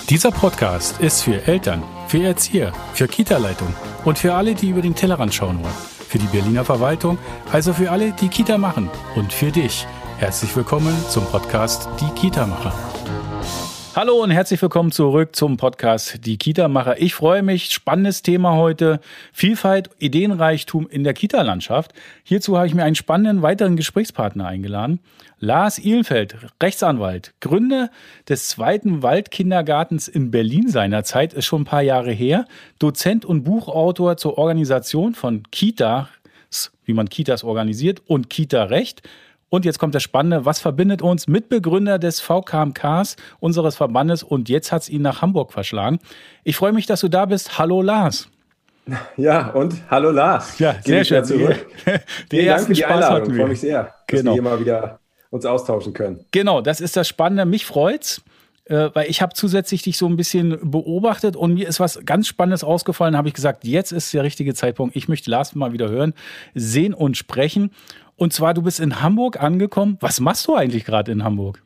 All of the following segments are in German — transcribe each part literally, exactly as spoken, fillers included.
Dieser Podcast ist für Eltern, für Erzieher, für Kita-Leitung und für alle, die über den Tellerrand schauen wollen. Für die Berliner Verwaltung, also für alle, die Kita machen und für dich. Herzlich willkommen zum Podcast Die Kita-Macher. Hallo und herzlich willkommen zurück zum Podcast Die Kita-Macher. Ich freue mich, spannendes Thema heute, Vielfalt, Ideenreichtum in der Kita-Landschaft. Hierzu habe ich mir einen spannenden weiteren Gesprächspartner eingeladen. Lars Ihlenfeld, Rechtsanwalt, Gründer des zweiten Waldkindergartens in Berlin seinerzeit, ist schon ein paar Jahre her, Dozent und Buchautor zur Organisation von Kitas, wie man Kitas organisiert, und Kita-Recht. Und jetzt kommt das Spannende, was verbindet uns? Mitbegründer des V K M Ks, unseres Verbandes, und jetzt hat es ihn nach Hamburg verschlagen. Ich freue mich, dass du da bist. Hallo Lars. Ja, und hallo Lars. Ja, sehr schön. Zurück. Den Dank für die Spaß Einladung. Ich wir. freue mich sehr, dass genau. wir hier mal wieder uns austauschen können. Genau, das ist das Spannende. Mich freut's, äh, weil ich habe zusätzlich dich so ein bisschen beobachtet und mir ist was ganz Spannendes ausgefallen. Da habe ich gesagt, jetzt ist der richtige Zeitpunkt. Ich möchte Lars mal wieder hören, sehen und sprechen. Und zwar, du bist in Hamburg angekommen. Was machst du eigentlich gerade in Hamburg?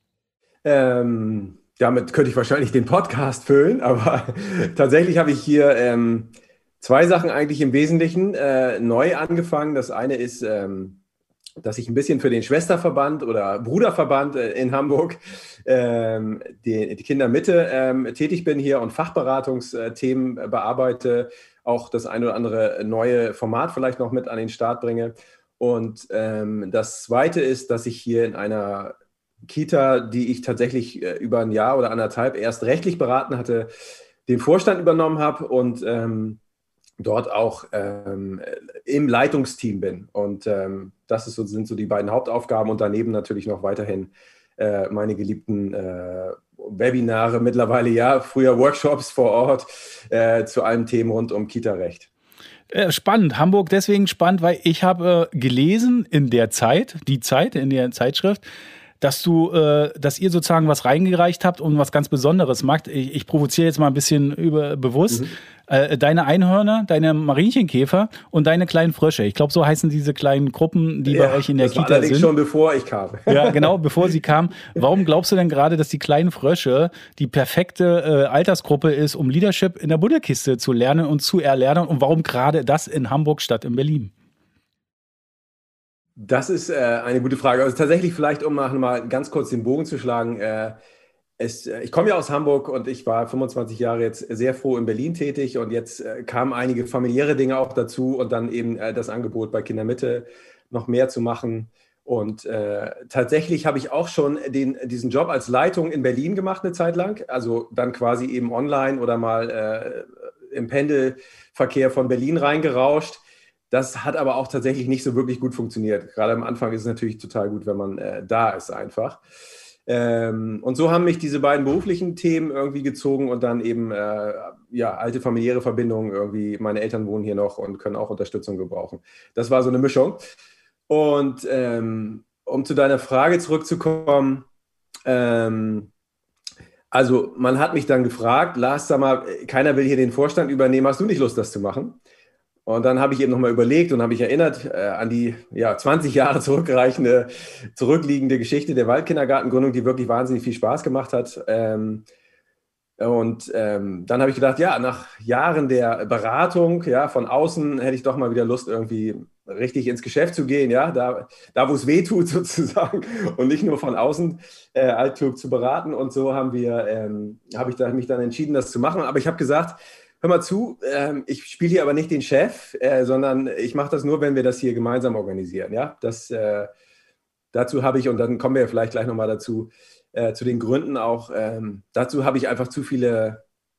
Ähm, damit könnte ich wahrscheinlich den Podcast füllen, aber tatsächlich habe ich hier ähm, zwei Sachen eigentlich im Wesentlichen äh, neu angefangen. Das eine ist, ähm, dass ich ein bisschen für den Schwesterverband oder Bruderverband äh, in Hamburg, ähm, die, die Kindermitte, ähm, tätig bin hier und Fachberatungsthemen äh, bearbeite, auch das ein oder andere neue Format vielleicht noch mit an den Start bringe. Und ähm, das Zweite ist, dass ich hier in einer Kita, die ich tatsächlich äh, über ein Jahr oder anderthalb erst rechtlich beraten hatte, den Vorstand übernommen habe und ähm, dort auch ähm, im Leitungsteam bin. Und ähm, das ist so, sind so die beiden Hauptaufgaben und daneben natürlich noch weiterhin äh, meine geliebten äh, Webinare mittlerweile, ja, früher Workshops vor Ort äh, zu allen Themen rund um Kita-Recht. Spannend, Hamburg deswegen spannend, weil ich habe äh, gelesen in der Zeit, die Zeit, in der Zeitschrift, dass du, äh, dass ihr sozusagen was reingereicht habt und was ganz Besonderes macht. Ich, ich provoziere jetzt mal ein bisschen über, bewusst. Mhm. Äh, deine Einhörner, deine Marinchenkäfer und deine kleinen Frösche. Ich glaube, so heißen diese kleinen Gruppen, die ja, bei euch in der das war Kita allerdings sind. Schon bevor ich kam. Ja, genau, bevor sie kam. Warum glaubst du denn gerade, dass die kleinen Frösche die perfekte äh, Altersgruppe ist, um Leadership in der Buddelkiste zu lernen und zu erlernen? Und warum gerade das in Hamburg statt in Berlin? Das ist äh, eine gute Frage. Also tatsächlich vielleicht, um mal ganz kurz den Bogen zu schlagen. Äh, es, ich komme ja aus Hamburg und ich war fünfundzwanzig Jahre jetzt sehr froh in Berlin tätig und jetzt äh, kamen einige familiäre Dinge auch dazu und dann eben äh, das Angebot bei Kindermitte noch mehr zu machen. Und äh, tatsächlich habe ich auch schon den, diesen Job als Leitung in Berlin gemacht eine Zeit lang. Also dann quasi eben online oder mal äh, im Pendelverkehr von Berlin reingerauscht. Das hat aber auch tatsächlich nicht so wirklich gut funktioniert. Gerade am Anfang ist es natürlich total gut, wenn man äh, da ist einfach. Ähm, und so haben mich diese beiden beruflichen Themen irgendwie gezogen und dann eben äh, ja, alte familiäre Verbindungen irgendwie. Meine Eltern wohnen hier noch und können auch Unterstützung gebrauchen. Das war so eine Mischung. Und ähm, um zu deiner Frage zurückzukommen, ähm, also man hat mich dann gefragt, Lars, sag mal, keiner will hier den Vorstand übernehmen, hast du nicht Lust, das zu machen? Und dann habe ich eben nochmal überlegt und habe mich erinnert äh, an die ja, zwanzig Jahre zurückreichende, zurückliegende Geschichte der Waldkindergartengründung, die wirklich wahnsinnig viel Spaß gemacht hat. Ähm, und ähm, dann habe ich gedacht, ja, nach Jahren der Beratung, ja, von außen hätte ich doch mal wieder Lust, irgendwie richtig ins Geschäft zu gehen, ja, da, da wo es weh tut sozusagen und nicht nur von außen äh, altklug zu beraten. Und so haben wir, ähm, habe ich dann, mich dann entschieden, das zu machen. Aber ich habe gesagt, hör mal zu, äh, ich spiele hier aber nicht den Chef, äh, sondern ich mache das nur, wenn wir das hier gemeinsam organisieren. Ja, das, äh, dazu habe ich, und dann kommen wir ja vielleicht gleich nochmal dazu, äh, zu den Gründen auch, ähm, dazu habe ich einfach zu viele,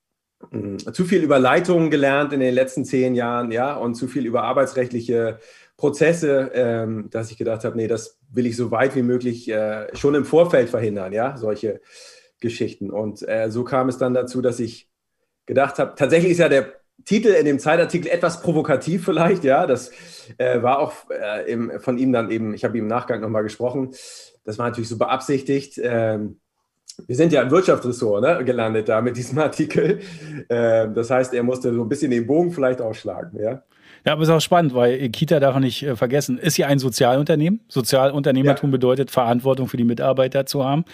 mh, zu viel über Leitungen gelernt in den letzten zehn Jahren, ja, und zu viel über arbeitsrechtliche Prozesse, ähm, dass ich gedacht habe, nee, das will ich so weit wie möglich äh, schon im Vorfeld verhindern, ja, solche Geschichten. Und äh, so kam es dann dazu, dass ich gedacht habe, tatsächlich ist ja der Titel in dem Zeitartikel etwas provokativ vielleicht, ja, das äh, war auch äh, im, von ihm dann eben, ich habe ihm im Nachgang nochmal gesprochen, das war natürlich so beabsichtigt. Ähm, wir sind ja im Wirtschaftsressort, ne, gelandet da mit diesem Artikel. Äh, das heißt, er musste so ein bisschen den Bogen vielleicht ausschlagen, ja. Ja, aber ist auch spannend, weil Kita darf man nicht äh, vergessen, ist ja ein Sozialunternehmen. Sozialunternehmertum ja. bedeutet, Verantwortung für die Mitarbeiter zu haben.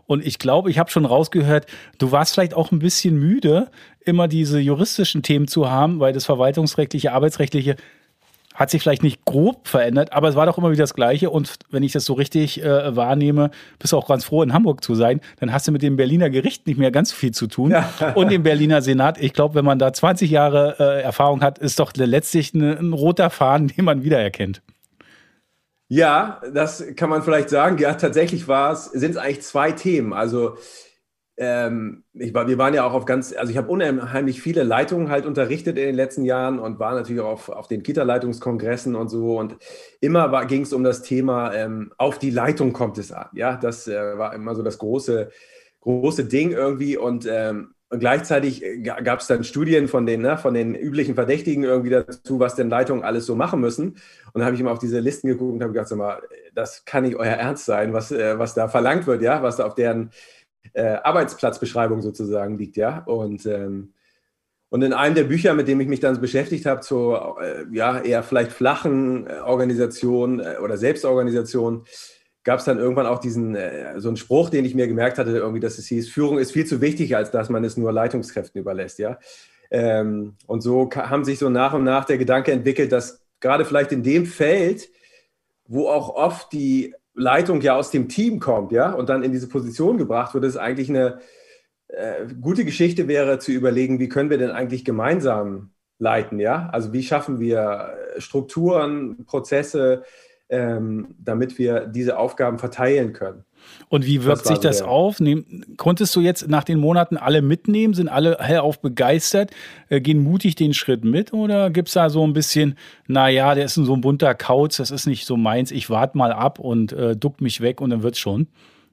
Und ich glaube, ich habe schon rausgehört, du warst vielleicht auch ein bisschen müde, immer diese juristischen Themen zu haben, weil das verwaltungsrechtliche, arbeitsrechtliche hat sich vielleicht nicht grob verändert, aber es war doch immer wieder das Gleiche. Und wenn ich das so richtig äh, wahrnehme, bist du auch ganz froh, in Hamburg zu sein. Dann hast du mit dem Berliner Gericht nicht mehr ganz so viel zu tun. Ja. Und dem Berliner Senat, ich glaube, wenn man da zwanzig Jahre äh, Erfahrung hat, ist doch letztlich eine, ein roter Faden, den man wiedererkennt. Ja, das kann man vielleicht sagen. Ja, tatsächlich war es, sind es eigentlich zwei Themen. Also Ähm, ich war, wir waren ja auch auf ganz, also ich habe unheimlich viele Leitungen halt unterrichtet in den letzten Jahren und war natürlich auch auf, auf den Kita-Leitungskongressen und so, und immer ging es um das Thema, ähm, auf die Leitung kommt es an. Ja, das äh, war immer so das große, große Ding irgendwie, und, ähm, und gleichzeitig gab es dann Studien von den, ne, von den üblichen Verdächtigen irgendwie dazu, was denn Leitungen alles so machen müssen. Und dann habe ich immer auf diese Listen geguckt und habe gedacht, sag mal, das kann nicht euer Ernst sein, was, äh, was da verlangt wird, ja, was da auf deren Äh, Arbeitsplatzbeschreibung sozusagen liegt, ja. Und, ähm, und in einem der Bücher, mit dem ich mich dann beschäftigt habe, zur äh, ja, eher vielleicht flachen äh, Organisation äh, oder Selbstorganisation, gab es dann irgendwann auch diesen, äh, so einen Spruch, den ich mir gemerkt hatte, irgendwie, dass es hieß, Führung ist viel zu wichtig, als dass man es nur Leitungskräften überlässt, ja. Ähm, und so haben sich so nach und nach der Gedanke entwickelt, dass gerade vielleicht in dem Feld, wo auch oft die Leitung ja aus dem Team kommt, ja, und dann in diese Position gebracht wird, es eigentlich eine äh, gute Geschichte wäre, zu überlegen, wie können wir denn eigentlich gemeinsam leiten, ja? Also wie schaffen wir Strukturen, Prozesse, ähm, damit wir diese Aufgaben verteilen können. Und wie wirkt sich das auf? Nehm, konntest du jetzt nach den Monaten alle mitnehmen? Sind alle hellauf begeistert? Äh, gehen mutig den Schritt mit? Oder gibt es da so ein bisschen, naja, der ist so ein bunter Kauz, das ist nicht so meins, ich warte mal ab und äh, duck mich weg und dann wird's schon?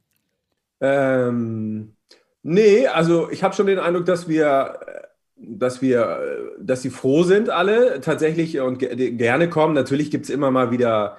Ähm, nee, also ich habe schon den Eindruck, dass wir, dass wir, dass sie froh sind alle tatsächlich und ge- gerne kommen. Natürlich gibt es immer mal wieder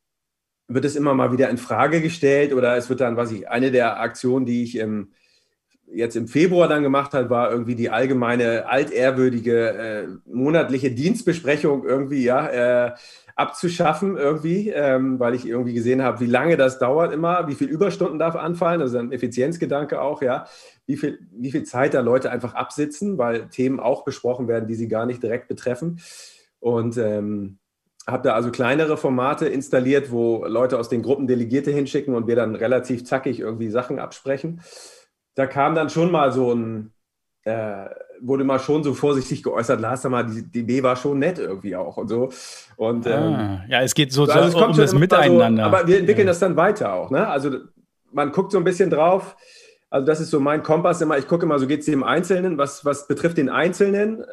wird es immer mal wieder in Frage gestellt, oder es wird dann, was ich, eine der Aktionen, die ich im, jetzt im Februar dann gemacht habe, war irgendwie die allgemeine altehrwürdige äh, monatliche Dienstbesprechung irgendwie, ja, äh, abzuschaffen irgendwie, ähm, weil ich irgendwie gesehen habe, wie lange das dauert immer, wie viel Überstunden darf anfallen, also ein Effizienzgedanke auch, ja, wie viel, wie viel Zeit da Leute einfach absitzen, weil Themen auch besprochen werden, die sie gar nicht direkt betreffen. Und ähm, habe da also kleinere Formate installiert, wo Leute aus den Gruppen Delegierte hinschicken und wir dann relativ zackig irgendwie Sachen absprechen. Da kam dann schon mal so ein, äh, wurde mal schon so vorsichtig geäußert, Lars, sag mal, die, die Idee war schon nett irgendwie auch und so. Und, ähm, ah, ja, es geht so, also es so kommt um das Miteinander. So, aber wir entwickeln ja. das dann weiter auch. Ne? Also man guckt so ein bisschen drauf. Also das ist so mein Kompass immer. Ich gucke immer, so geht es dem Einzelnen, was, was betrifft den Einzelnen,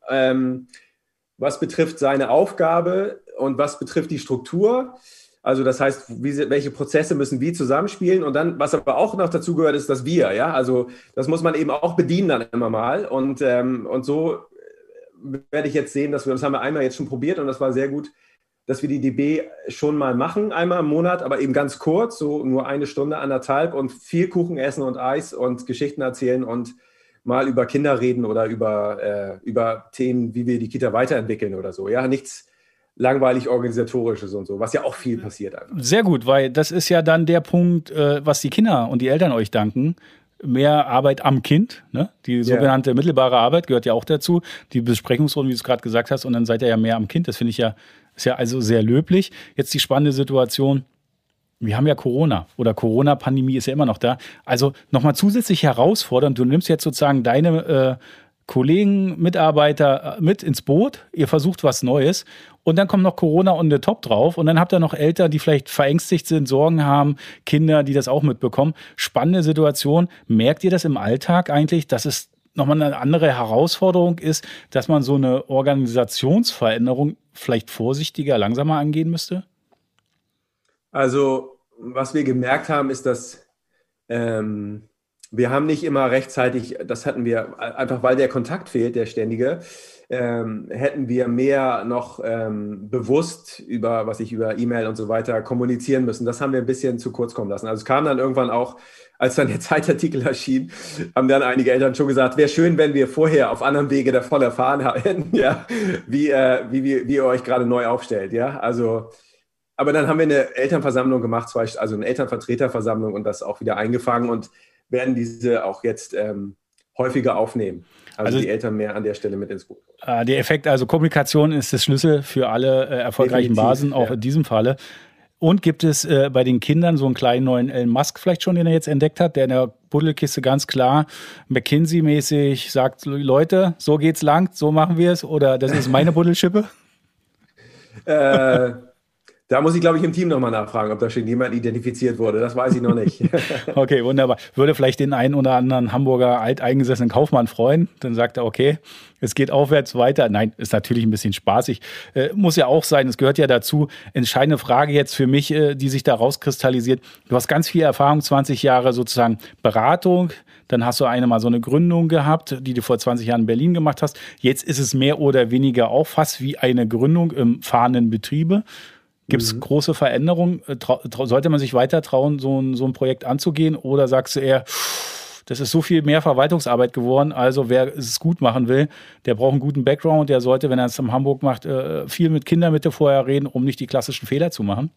ähm, was betrifft seine Aufgabe und was betrifft die Struktur. Also das heißt, wie, welche Prozesse müssen wie zusammenspielen, und dann, was aber auch noch dazu gehört, ist das Wir. Ja? Also das muss man eben auch bedienen dann immer mal, und, ähm, und so werde ich jetzt sehen, dass wir, das haben wir einmal jetzt schon probiert und das war sehr gut, dass wir die D B schon mal machen, einmal im Monat, aber eben ganz kurz, so nur eine Stunde, anderthalb, und viel Kuchen essen und Eis und Geschichten erzählen und mal über Kinder reden oder über, äh, über Themen, wie wir die Kita weiterentwickeln oder so. Ja, nichts langweilig Organisatorisches und so, was ja auch viel passiert einfach. Sehr gut, weil das ist ja dann der Punkt, äh, was die Kinder und die Eltern euch danken. Mehr Arbeit am Kind, ne? Die sogenannte yeah. mittelbare Arbeit gehört ja auch dazu. Die Besprechungsrunden, wie du es gerade gesagt hast, und dann seid ihr ja mehr am Kind. Das finde ich ja, ist ja also sehr löblich. Jetzt die spannende Situation. Wir haben ja Corona, oder Corona-Pandemie ist ja immer noch da. Also nochmal zusätzlich herausfordernd. Du nimmst jetzt sozusagen deine äh, Kollegen, Mitarbeiter mit ins Boot. Ihr versucht was Neues. Und dann kommt noch Corona on the top drauf. Und dann habt ihr noch Eltern, die vielleicht verängstigt sind, Sorgen haben, Kinder, die das auch mitbekommen. Spannende Situation. Merkt ihr das im Alltag eigentlich, dass es nochmal eine andere Herausforderung ist, dass man so eine Organisationsveränderung vielleicht vorsichtiger, langsamer angehen müsste? Also, was wir gemerkt haben, ist, dass ähm, wir haben nicht immer rechtzeitig, das hatten wir, einfach weil der Kontakt fehlt, der ständige, ähm, hätten wir mehr noch ähm, bewusst über, was ich über E-Mail und so weiter kommunizieren müssen. Das haben wir ein bisschen zu kurz kommen lassen. Also es kam dann irgendwann auch, als dann der Zeitartikel erschien, haben dann einige Eltern schon gesagt, wäre schön, wenn wir vorher auf anderem Wege davon erfahren hätten, ja, wie, äh, wie, wie, wie ihr euch gerade neu aufstellt. Ja, also... Aber dann haben wir eine Elternversammlung gemacht, also eine Elternvertreterversammlung, und das auch wieder eingefangen. Und werden diese auch jetzt ähm, häufiger aufnehmen. Also, also die Eltern mehr an der Stelle mit ins Boot. Äh, der Effekt, also Kommunikation ist das Schlüssel für alle äh, erfolgreichen Definitiv, Basen, auch ja. in diesem Falle. Und gibt es äh, bei den Kindern so einen kleinen neuen Elon Musk vielleicht schon, den er jetzt entdeckt hat, der in der Buddelkiste ganz klar McKinsey-mäßig sagt, Leute, so geht's lang, so machen wir es, oder das ist meine Buddelschippe? äh, da muss ich, glaube ich, im Team nochmal nachfragen, ob da schon jemand identifiziert wurde. Das weiß ich noch nicht. Okay, wunderbar. Würde vielleicht den einen oder anderen Hamburger alteingesessenen Kaufmann freuen. Dann sagt er, okay, es geht aufwärts weiter. Nein, ist natürlich ein bisschen spaßig. Äh, muss ja auch sein, es gehört ja dazu. Entscheidende Frage jetzt für mich, äh, die sich da rauskristallisiert. Du hast ganz viel Erfahrung, zwanzig Jahre sozusagen Beratung. Dann hast du eine mal so eine Gründung gehabt, die du vor zwanzig Jahren in Berlin gemacht hast. Jetzt ist es mehr oder weniger auch fast wie eine Gründung im fahrenden Betriebe. Gibt es mhm. große Veränderungen? Trau, trau, sollte man sich weiter trauen, so ein, so ein Projekt anzugehen? Oder sagst du eher, das ist so viel mehr Verwaltungsarbeit geworden, also wer es gut machen will, der braucht einen guten Background, der sollte, wenn er es in Hamburg macht, viel mit Kindermitte vorher reden, um nicht die klassischen Fehler zu machen?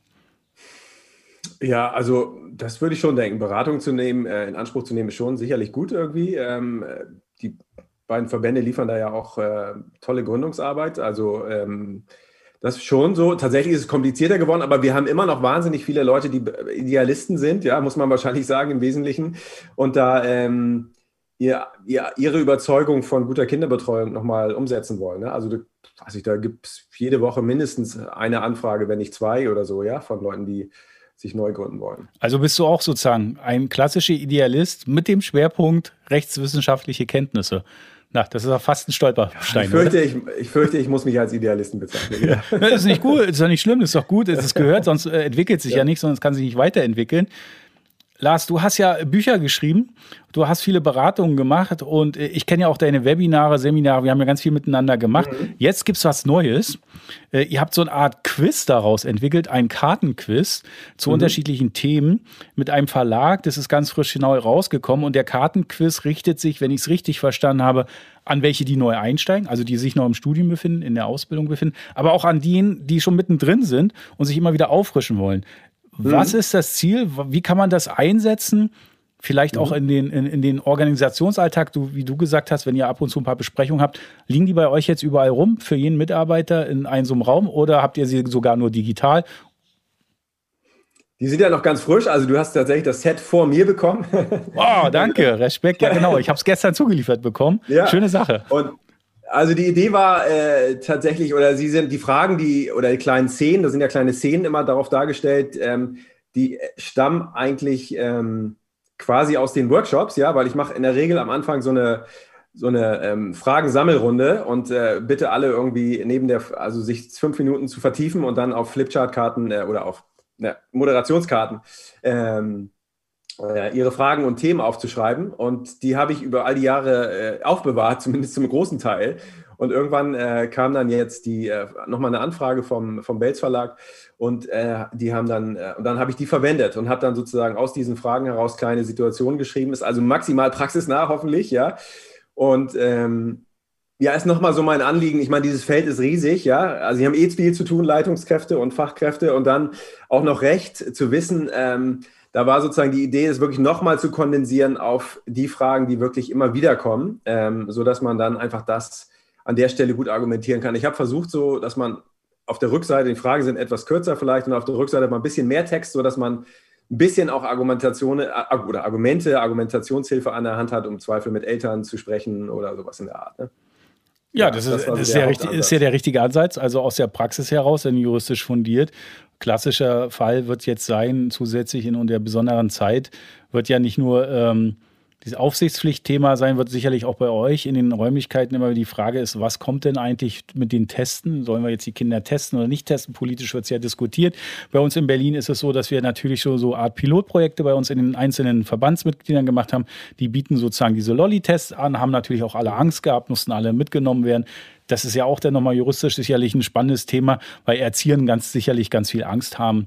Ja, also das würde ich schon denken. Beratung zu nehmen, äh, in Anspruch zu nehmen, ist schon sicherlich gut irgendwie. Ähm, die beiden Verbände liefern da ja auch äh, tolle Gründungsarbeit, also ähm, das ist schon so. Tatsächlich ist es komplizierter geworden, aber wir haben immer noch wahnsinnig viele Leute, die Idealisten sind, ja, muss man wahrscheinlich sagen im Wesentlichen. Und da ähm, ihr, ihr, ihre Überzeugung von guter Kinderbetreuung nochmal umsetzen wollen. Ne? Also da, weiß ich, da gibt es jede Woche mindestens eine Anfrage, wenn nicht zwei oder so, ja, von Leuten, die sich neu gründen wollen. Also bist du auch sozusagen ein klassischer Idealist mit dem Schwerpunkt rechtswissenschaftliche Kenntnisse. Na, das ist ja fast ein Stolperstein. Ich fürchte, ich, ich fürchte, ich muss mich als Idealisten bezeichnen. Ja. Das ist nicht gut, das ist doch nicht schlimm, das ist doch gut, es gehört, sonst äh, entwickelt sich ja. ja nicht, sonst kann sich nicht weiterentwickeln. Lars, du hast ja Bücher geschrieben, du hast viele Beratungen gemacht und ich kenne ja auch deine Webinare, Seminare, wir haben ja ganz viel miteinander gemacht. Mhm. Jetzt gibt es was Neues. Ihr habt so eine Art Quiz daraus entwickelt, ein Kartenquiz zu mhm. unterschiedlichen Themen mit einem Verlag. Das ist ganz frisch neu rausgekommen und der Kartenquiz richtet sich, wenn ich es richtig verstanden habe, an welche, die neu einsteigen, also die sich noch im Studium befinden, in der Ausbildung befinden, aber auch an diejenigen, die schon mittendrin sind und sich immer wieder auffrischen wollen. Was ist das Ziel? Wie kann man das einsetzen? Vielleicht auch in den, in, in den Organisationsalltag, du, wie du gesagt hast, wenn ihr ab und zu ein paar Besprechungen habt, liegen die bei euch jetzt überall rum für jeden Mitarbeiter in einem so einem Raum oder habt ihr sie sogar nur digital? Die sind ja noch ganz frisch, also du hast tatsächlich das Set vor mir bekommen. Oh, danke, Respekt. Ja genau, ich habe es gestern zugeliefert bekommen. Ja. Schöne Sache. Und also die Idee war äh, tatsächlich, oder sie sind die Fragen, die oder die kleinen Szenen, da sind ja kleine Szenen immer darauf dargestellt, ähm, die stammen eigentlich ähm, quasi aus den Workshops, ja, weil ich mache in der Regel am Anfang so eine so eine ähm, Fragensammelrunde und äh, bitte alle irgendwie neben der, also sich fünf Minuten zu vertiefen und dann auf Flipchart-Karten äh, oder auf ne, Moderationskarten ähm, ihre Fragen und Themen aufzuschreiben und die habe ich über all die Jahre äh, aufbewahrt, zumindest zum großen Teil. Und irgendwann äh, kam dann jetzt die äh, nochmal eine Anfrage vom, vom Belz Verlag und äh, die haben dann, äh, und dann habe ich die verwendet und habe dann sozusagen aus diesen Fragen heraus kleine Situationen geschrieben. Ist also maximal praxisnah, hoffentlich, ja. Und ähm, ja, ist nochmal so mein Anliegen. Ich meine, dieses Feld ist riesig, ja. Also sie haben eh viel zu tun, Leitungskräfte und Fachkräfte und dann auch noch Recht zu wissen, ähm, da war sozusagen die Idee, es wirklich nochmal zu kondensieren auf die Fragen, die wirklich immer wieder kommen, ähm, sodass man dann einfach das an der Stelle gut argumentieren kann. Ich habe versucht so, dass man auf der Rückseite, die Fragen sind etwas kürzer vielleicht und auf der Rückseite mal ein bisschen mehr Text, sodass man ein bisschen auch Argumentationen äh, oder Argumente, Argumentationshilfe an der Hand hat, um Zweifel mit Eltern zu sprechen oder sowas in der Art. Ne? Ja, ja, das, ist, das, das ist, ja richtig, ist ja der richtige Ansatz, also aus der Praxis heraus, wenn juristisch fundiert. Klassischer Fall wird jetzt sein, zusätzlich in der besonderen Zeit, wird ja nicht nur ähm, dieses Aufsichtspflichtthema sein, wird sicherlich auch bei euch in den Räumlichkeiten immer die Frage ist, was kommt denn eigentlich mit den Testen? Sollen wir jetzt die Kinder testen oder nicht testen? Politisch wird es ja diskutiert. Bei uns in Berlin ist es so, dass wir natürlich schon so eine Art Pilotprojekte bei uns in den einzelnen Verbandsmitgliedern gemacht haben. Die bieten sozusagen diese Lolli-Tests an, haben natürlich auch alle Angst gehabt, mussten alle mitgenommen werden. Das ist ja auch dann nochmal juristisch sicherlich ein spannendes Thema, weil Erziehern ganz sicherlich ganz viel Angst haben,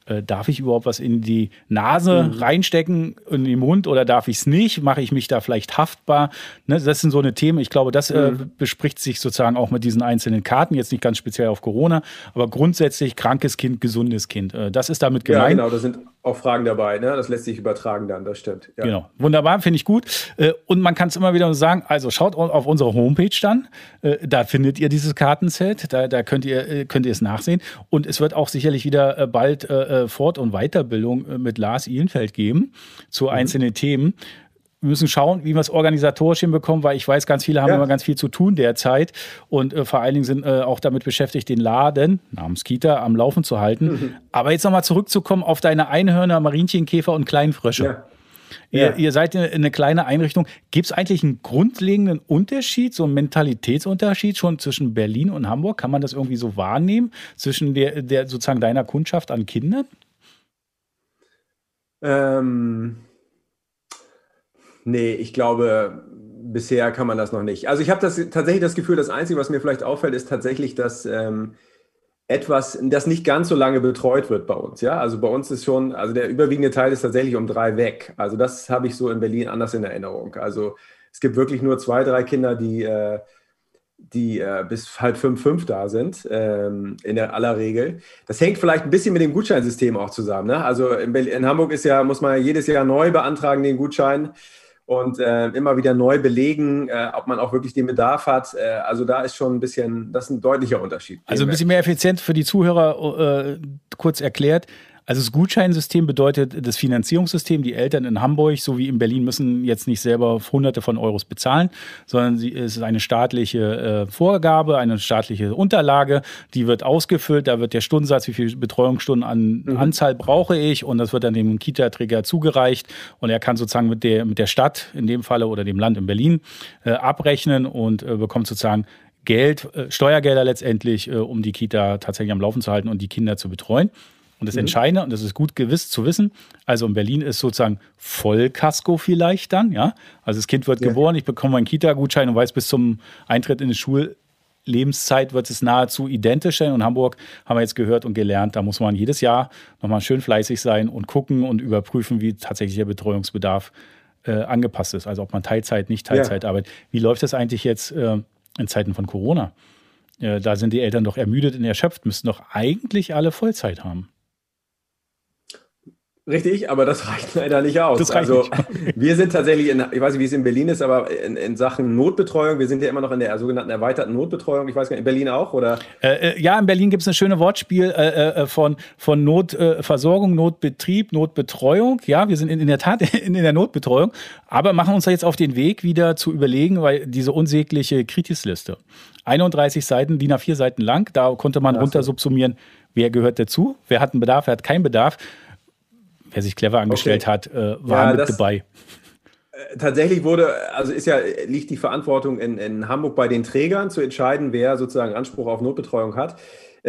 Äh, darf ich überhaupt was in die Nase mhm. reinstecken, in den Mund oder darf ich es nicht? Mache ich mich da vielleicht haftbar? Ne, das sind so eine Themen. Ich glaube, das mhm. äh, bespricht sich sozusagen auch mit diesen einzelnen Karten, jetzt nicht ganz speziell auf Corona, aber grundsätzlich krankes Kind, gesundes Kind. Äh, das ist damit gemeint. Ja, genau, da sind auch Fragen dabei. Ne? Das lässt sich übertragen dann, das stimmt. Ja. Genau, wunderbar, finde ich gut. Äh, und man kann es immer wieder sagen, also schaut auf unsere Homepage dann, äh, da findet ihr dieses Kartenset, da, da könnt ihr, äh, könnt ihr es nachsehen. Und es wird auch sicherlich wieder äh, bald äh, Fort- und Weiterbildung mit Lars Ihlenfeld geben zu einzelnen mhm. Themen. Wir müssen schauen, wie wir es organisatorisch hinbekommen, weil ich weiß, ganz viele haben ja. immer ganz viel zu tun derzeit und äh, vor allen Dingen sind äh, auch damit beschäftigt, den Laden namens Kita am Laufen zu halten. Mhm. Aber jetzt nochmal zurückzukommen auf deine Einhörner, Marienchenkäfer und Kleinfrösche. Ja. Ihr, ja. ihr seid eine, eine kleine Einrichtung. Gibt es eigentlich einen grundlegenden Unterschied, so einen Mentalitätsunterschied schon zwischen Berlin und Hamburg? Kann man das irgendwie so wahrnehmen zwischen der, der sozusagen deiner Kundschaft an Kindern? Ähm, nee, ich glaube, bisher kann man das noch nicht. Also ich habe das tatsächlich das Gefühl, das Einzige, was mir vielleicht auffällt, ist tatsächlich, dass ähm, etwas, das nicht ganz so lange betreut wird bei uns. Ja, also bei uns ist schon, also der überwiegende Teil ist tatsächlich um drei weg. Also das habe ich so in Berlin anders in Erinnerung. Also es gibt wirklich nur zwei, drei Kinder, die, äh, die äh, bis halb fünf, fünf da sind, ähm, in der aller Regel. Das hängt vielleicht ein bisschen mit dem Gutscheinsystem auch zusammen. Ne? Also in, Berlin, in Hamburg ist ja, muss man jedes Jahr neu beantragen, den Gutschein. Und äh, immer wieder neu belegen, äh, ob man auch wirklich den Bedarf hat. Äh, also da ist schon ein bisschen, das ist ein deutlicher Unterschied. Also ein bisschen mehr effizient für die Zuhörer äh, kurz erklärt. Also das Gutscheinsystem bedeutet das Finanzierungssystem. Die Eltern in Hamburg sowie in Berlin müssen jetzt nicht selber Hunderte von Euros bezahlen, sondern sie, es ist eine staatliche äh, Vorgabe, eine staatliche Unterlage, die wird ausgefüllt. Da wird der Stundensatz, wie viele Betreuungsstunden an mhm. Anzahl brauche ich, und das wird dann dem Kita-Träger zugereicht und er kann sozusagen mit der, mit der Stadt in dem Falle oder dem Land in Berlin äh, abrechnen und äh, bekommt sozusagen Geld, äh, Steuergelder letztendlich, äh, um die Kita tatsächlich am Laufen zu halten und die Kinder zu betreuen. Und das mhm. Entscheidende, und das ist gut gewiss zu wissen, also in Berlin ist sozusagen Vollkasko vielleicht dann, ja. Also das Kind wird ja. geboren, ich bekomme meinen Kita-Gutschein und weiß, bis zum Eintritt in die Schullebenszeit wird es nahezu identisch sein. Und in Hamburg haben wir jetzt gehört und gelernt, da muss man jedes Jahr nochmal schön fleißig sein und gucken und überprüfen, wie tatsächlich der Betreuungsbedarf äh, angepasst ist. Also ob man Teilzeit, nicht Teilzeit ja. arbeitet. Wie läuft das eigentlich jetzt äh, in Zeiten von Corona? Äh, da sind die Eltern doch ermüdet und erschöpft, müssten doch eigentlich alle Vollzeit haben. Richtig, aber das reicht leider nicht aus. Das reicht also nicht. Wir sind tatsächlich, in, ich weiß nicht, wie es in Berlin ist, aber in, in Sachen Notbetreuung, wir sind ja immer noch in der sogenannten erweiterten Notbetreuung. Ich weiß gar nicht, in Berlin auch, oder? Äh, äh, ja, in Berlin gibt es eine schöne Wortspiel äh, äh, von, von Notversorgung, äh, Notbetrieb, Notbetreuung. Ja, wir sind in, in der Tat in, in der Notbetreuung, aber machen uns da jetzt auf den Weg, wieder zu überlegen, weil diese unsägliche Kritisliste, einunddreißig Seiten, D I N A vier Seiten lang, da konnte man runter subsumieren, wer gehört dazu, wer hat einen Bedarf, wer hat keinen Bedarf. Wer sich clever angestellt okay. hat, äh, war ja, mit das, dabei. Äh, tatsächlich wurde, also ist ja, liegt die Verantwortung in, in Hamburg bei den Trägern, zu entscheiden, wer sozusagen Anspruch auf Notbetreuung hat.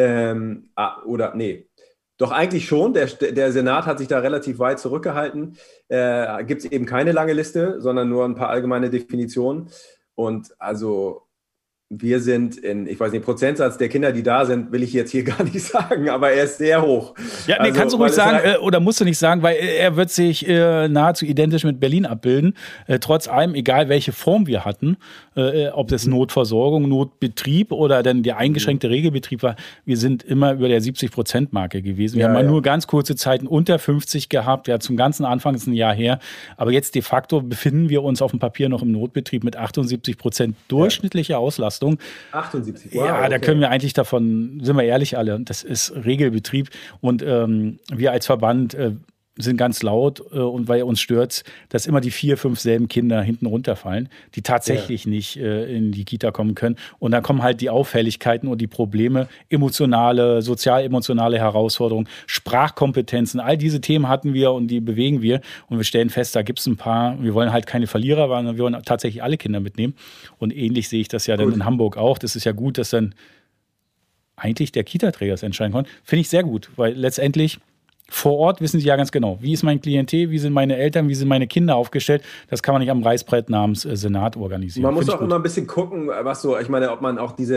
Ähm, ah, oder, nee, doch eigentlich schon. Der, der Senat hat sich da relativ weit zurückgehalten. Äh, Gibt es eben keine lange Liste, sondern nur ein paar allgemeine Definitionen. Und also wir sind in, ich weiß nicht, Prozentsatz der Kinder, die da sind, will ich jetzt hier gar nicht sagen, aber er ist sehr hoch. Ja, nee, also, kannst du ruhig sagen, halt, oder musst du nicht sagen, weil er wird sich äh, nahezu identisch mit Berlin abbilden. Äh, trotz allem, egal welche Form wir hatten, äh, ob das Notversorgung, Notbetrieb oder dann der eingeschränkte Regelbetrieb war, wir sind immer über der siebzig-Prozent-Marke gewesen. Wir ja, haben mal ja. nur ganz kurze Zeiten unter fünfzig gehabt, ja, zum ganzen Anfang ist ein Jahr her. Aber jetzt de facto befinden wir uns auf dem Papier noch im Notbetrieb mit achtundsiebzig Prozent durchschnittlicher ja. Auslastung. achtundsiebzig, wow, ja, da okay. können wir eigentlich davon, sind wir ehrlich alle, das ist Regelbetrieb und ähm, wir als Verband äh, sind ganz laut äh, und weil uns stört, dass immer die vier, fünf selben Kinder hinten runterfallen, die tatsächlich ja. nicht äh, in die Kita kommen können. Und dann kommen halt die Auffälligkeiten und die Probleme, emotionale, sozial-emotionale Herausforderungen, Sprachkompetenzen, all diese Themen hatten wir und die bewegen wir. Und wir stellen fest, da gibt es ein paar, wir wollen halt keine Verlierer, sondern wir wollen tatsächlich alle Kinder mitnehmen. Und ähnlich sehe ich das ja gut. dann in Hamburg auch. Das ist ja gut, dass dann eigentlich der Kita-Träger es entscheiden kann. Finde ich sehr gut, weil letztendlich vor Ort wissen sie ja ganz genau, wie ist mein Klientel, wie sind meine Eltern, wie sind meine Kinder aufgestellt. Das kann man nicht am Reißbrett namens äh, Senat organisieren. Man muss Find auch immer ein bisschen gucken, was so, ich meine, ob man auch diese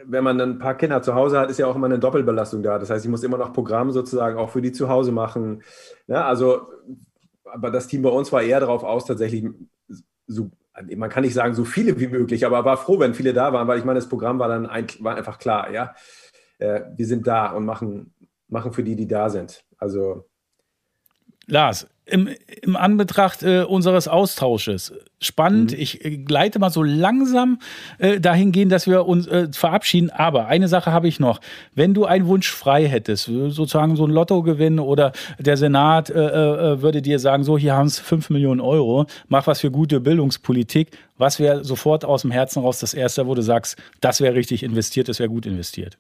wenn man ein paar Kinder zu Hause hat, ist ja auch immer eine Doppelbelastung da. Das heißt, ich muss immer noch Programm sozusagen auch für die zu Hause machen. Ja, also, aber das Team bei uns war eher darauf aus, tatsächlich so, man kann nicht sagen, so viele wie möglich, aber war froh, wenn viele da waren, weil ich meine, das Programm war dann ein, war einfach klar, ja. Äh, wir sind da und machen, machen für die, die da sind. Also Lars, im, im Anbetracht äh, unseres Austausches, spannend, mhm. ich äh, gleite mal so langsam äh, dahin gehen, dass wir uns äh, verabschieden, aber eine Sache habe ich noch, wenn du einen Wunsch frei hättest, sozusagen so ein Lottogewinn oder der Senat äh, äh, würde dir sagen, so hier haben es fünf Millionen Euro, mach was für gute Bildungspolitik, was wäre sofort aus dem Herzen raus das Erste, wo du sagst, das wäre richtig investiert, das wäre gut investiert?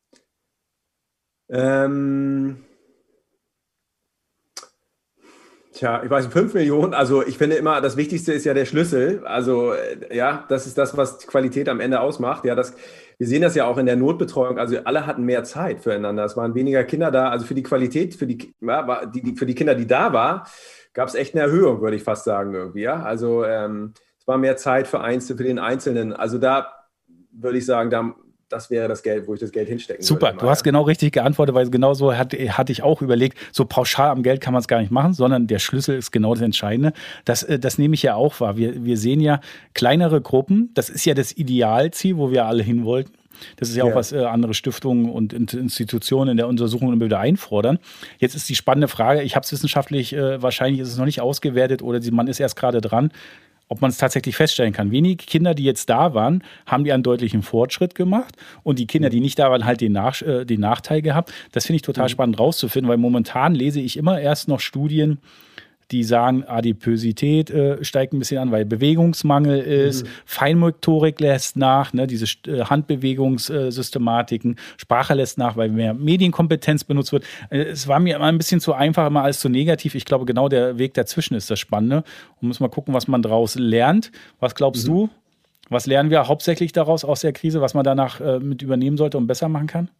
Ähm... Tja, ich weiß, fünf Millionen, also ich finde immer, das Wichtigste ist ja der Schlüssel. Also ja, das ist das, was die Qualität am Ende ausmacht. Ja, das, wir sehen das ja auch in der Notbetreuung. Also alle hatten mehr Zeit füreinander. Es waren weniger Kinder da. Also für die Qualität, für die, ja, die, die, für die Kinder, die da waren, gab es echt eine Erhöhung, würde ich fast sagen irgendwie. Ja? Also ähm, es war mehr Zeit für, Einzel, für den Einzelnen. Also da würde ich sagen, da das wäre das Geld, wo ich das Geld hinstecken Super, würde. Super, du hast genau richtig geantwortet, weil genau so hatte, hatte ich auch überlegt, so pauschal am Geld kann man es gar nicht machen, sondern der Schlüssel ist genau das Entscheidende. Das, das nehme ich ja auch wahr. Wir, wir sehen ja kleinere Gruppen, das ist ja das Idealziel, wo wir alle hin wollten. Das ist ja, ja auch, was äh, andere Stiftungen und Institutionen in der Untersuchung immer wieder einfordern. Jetzt ist die spannende Frage, ich habe es wissenschaftlich, äh, wahrscheinlich ist es noch nicht ausgewertet oder die, man ist erst gerade dran, ob man es tatsächlich feststellen kann. Wenige Kinder, die jetzt da waren, haben die einen deutlichen Fortschritt gemacht und die Kinder, die nicht da waren, halt den, Nach äh, den Nachteil gehabt. Das finde ich total mhm. spannend rauszufinden, weil momentan lese ich immer erst noch Studien, die sagen, Adipösität äh, steigt ein bisschen an, weil Bewegungsmangel ist, mhm. Feinmotorik lässt nach, ne, diese äh, Handbewegungssystematiken, Sprache lässt nach, weil mehr Medienkompetenz benutzt wird. Äh, es war mir immer ein bisschen zu einfach, immer alles zu negativ. Ich glaube, genau der Weg dazwischen ist das Spannende. Und müssen mal gucken, was man daraus lernt. Was glaubst mhm. du? Was lernen wir hauptsächlich daraus aus der Krise, was man danach äh, mit übernehmen sollte und besser machen kann?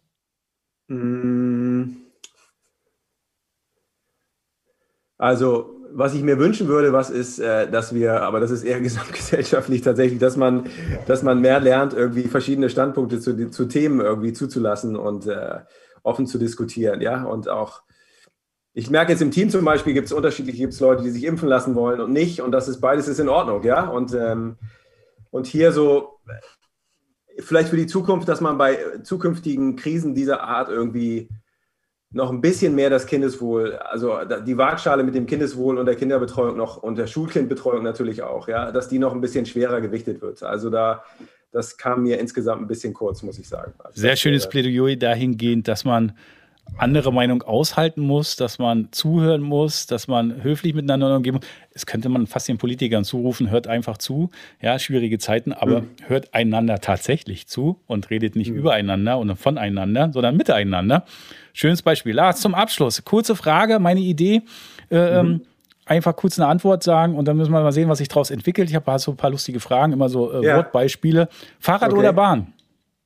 Also was ich mir wünschen würde, was ist, äh, dass wir, aber das ist eher gesamtgesellschaftlich tatsächlich, dass man, dass man mehr lernt, irgendwie verschiedene Standpunkte zu, zu Themen irgendwie zuzulassen und äh, offen zu diskutieren, ja, und auch, ich merke jetzt im Team zum Beispiel, gibt es unterschiedliche, gibt es Leute, die sich impfen lassen wollen und nicht, und das ist, beides ist in Ordnung, ja, und, ähm, und hier so, vielleicht für die Zukunft, dass man bei zukünftigen Krisen dieser Art irgendwie noch ein bisschen mehr das Kindeswohl, also die Waagschale mit dem Kindeswohl und der Kinderbetreuung noch und der Schulkindbetreuung natürlich auch, ja, dass die noch ein bisschen schwerer gewichtet wird. Also da, das kam mir insgesamt ein bisschen kurz, muss ich sagen. Also Sehr schönes Plädoyer dahingehend, dass man andere Meinung aushalten muss, dass man zuhören muss, dass man höflich miteinander umgehen muss. Es könnte man fast den Politikern zurufen, hört einfach zu. Ja, schwierige Zeiten, aber mhm. hört einander tatsächlich zu und redet nicht mhm. übereinander und voneinander, sondern miteinander. Schönes Beispiel. Lars, zum Abschluss. Kurze Frage, meine Idee. Äh, mhm. Einfach kurz eine Antwort sagen und dann müssen wir mal sehen, was sich daraus entwickelt. Ich habe so ein paar lustige Fragen, immer so äh, ja. Wortbeispiele. Fahrrad okay. oder Bahn?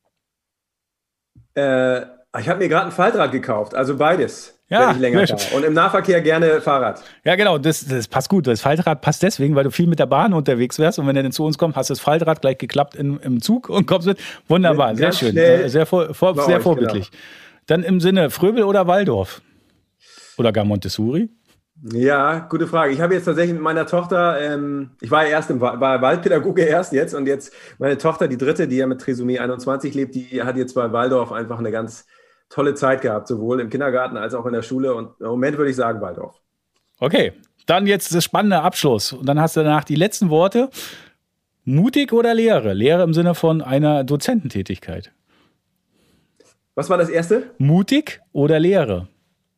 Äh, ich habe mir gerade ein Faltrad gekauft, also beides. Ja, wenn ich länger fahre. Und im Nahverkehr gerne Fahrrad. Ja, genau, das, das passt gut. Das Faltrad passt deswegen, weil du viel mit der Bahn unterwegs wärst. Und wenn du dann zu uns kommst, hast du das Faltrad gleich geklappt in, im Zug und kommst mit. Wunderbar, sehr schön. Schnell. Sehr, vor, vor, sehr vorbildlich. Genau. Dann im Sinne Fröbel oder Waldorf? Oder gar Montessori? Ja, gute Frage. Ich habe jetzt tatsächlich mit meiner Tochter, ähm, ich war ja erst im war Waldpädagoge erst jetzt und jetzt meine Tochter, die dritte, die ja mit Trisomie einundzwanzig lebt, die hat jetzt bei Waldorf einfach eine ganz tolle Zeit gehabt, sowohl im Kindergarten als auch in der Schule und im Moment würde ich sagen Waldorf. Okay, dann jetzt das spannende Abschluss und dann hast du danach die letzten Worte. Mutig oder Lehre? Lehre im Sinne von einer Dozententätigkeit. Was war das erste? Mutig oder Lehre?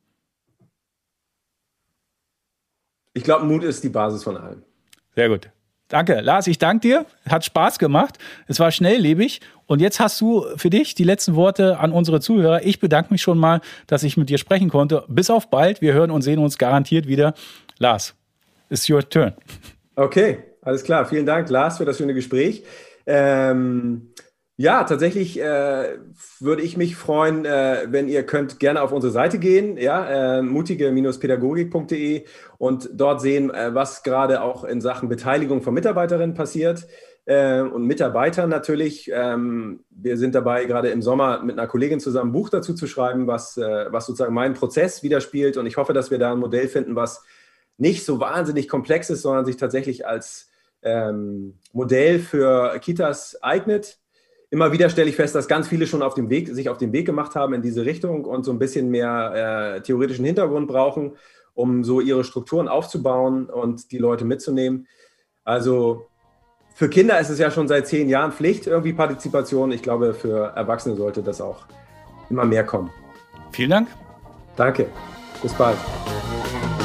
Ich glaube, Mut ist die Basis von allem. Sehr gut. Danke. Lars, ich danke dir. Hat Spaß gemacht. Es war schnelllebig. Und jetzt hast du für dich die letzten Worte an unsere Zuhörer. Ich bedanke mich schon mal, dass ich mit dir sprechen konnte. Bis auf bald. Wir hören und sehen uns garantiert wieder. Lars, it's your turn. Okay, alles klar. Vielen Dank, Lars, für das schöne Gespräch. Ähm Ja, tatsächlich äh, würde ich mich freuen, äh, wenn ihr könnt gerne auf unsere Seite gehen, ja, äh, mutige Pädagogik punkt de und dort sehen, äh, was gerade auch in Sachen Beteiligung von Mitarbeiterinnen passiert äh, und Mitarbeitern natürlich. Ähm, wir sind dabei, gerade im Sommer mit einer Kollegin zusammen ein Buch dazu zu schreiben, was, äh, was sozusagen meinen Prozess widerspiegelt, und ich hoffe, dass wir da ein Modell finden, was nicht so wahnsinnig komplex ist, sondern sich tatsächlich als ähm, Modell für Kitas eignet. Immer wieder stelle ich fest, dass ganz viele schon auf dem Weg, sich auf den Weg gemacht haben in diese Richtung und so ein bisschen mehr äh, theoretischen Hintergrund brauchen, um so ihre Strukturen aufzubauen und die Leute mitzunehmen. Also für Kinder ist es ja schon seit zehn Jahren Pflicht, irgendwie Partizipation. Ich glaube, für Erwachsene sollte das auch immer mehr kommen. Vielen Dank. Danke. Bis bald.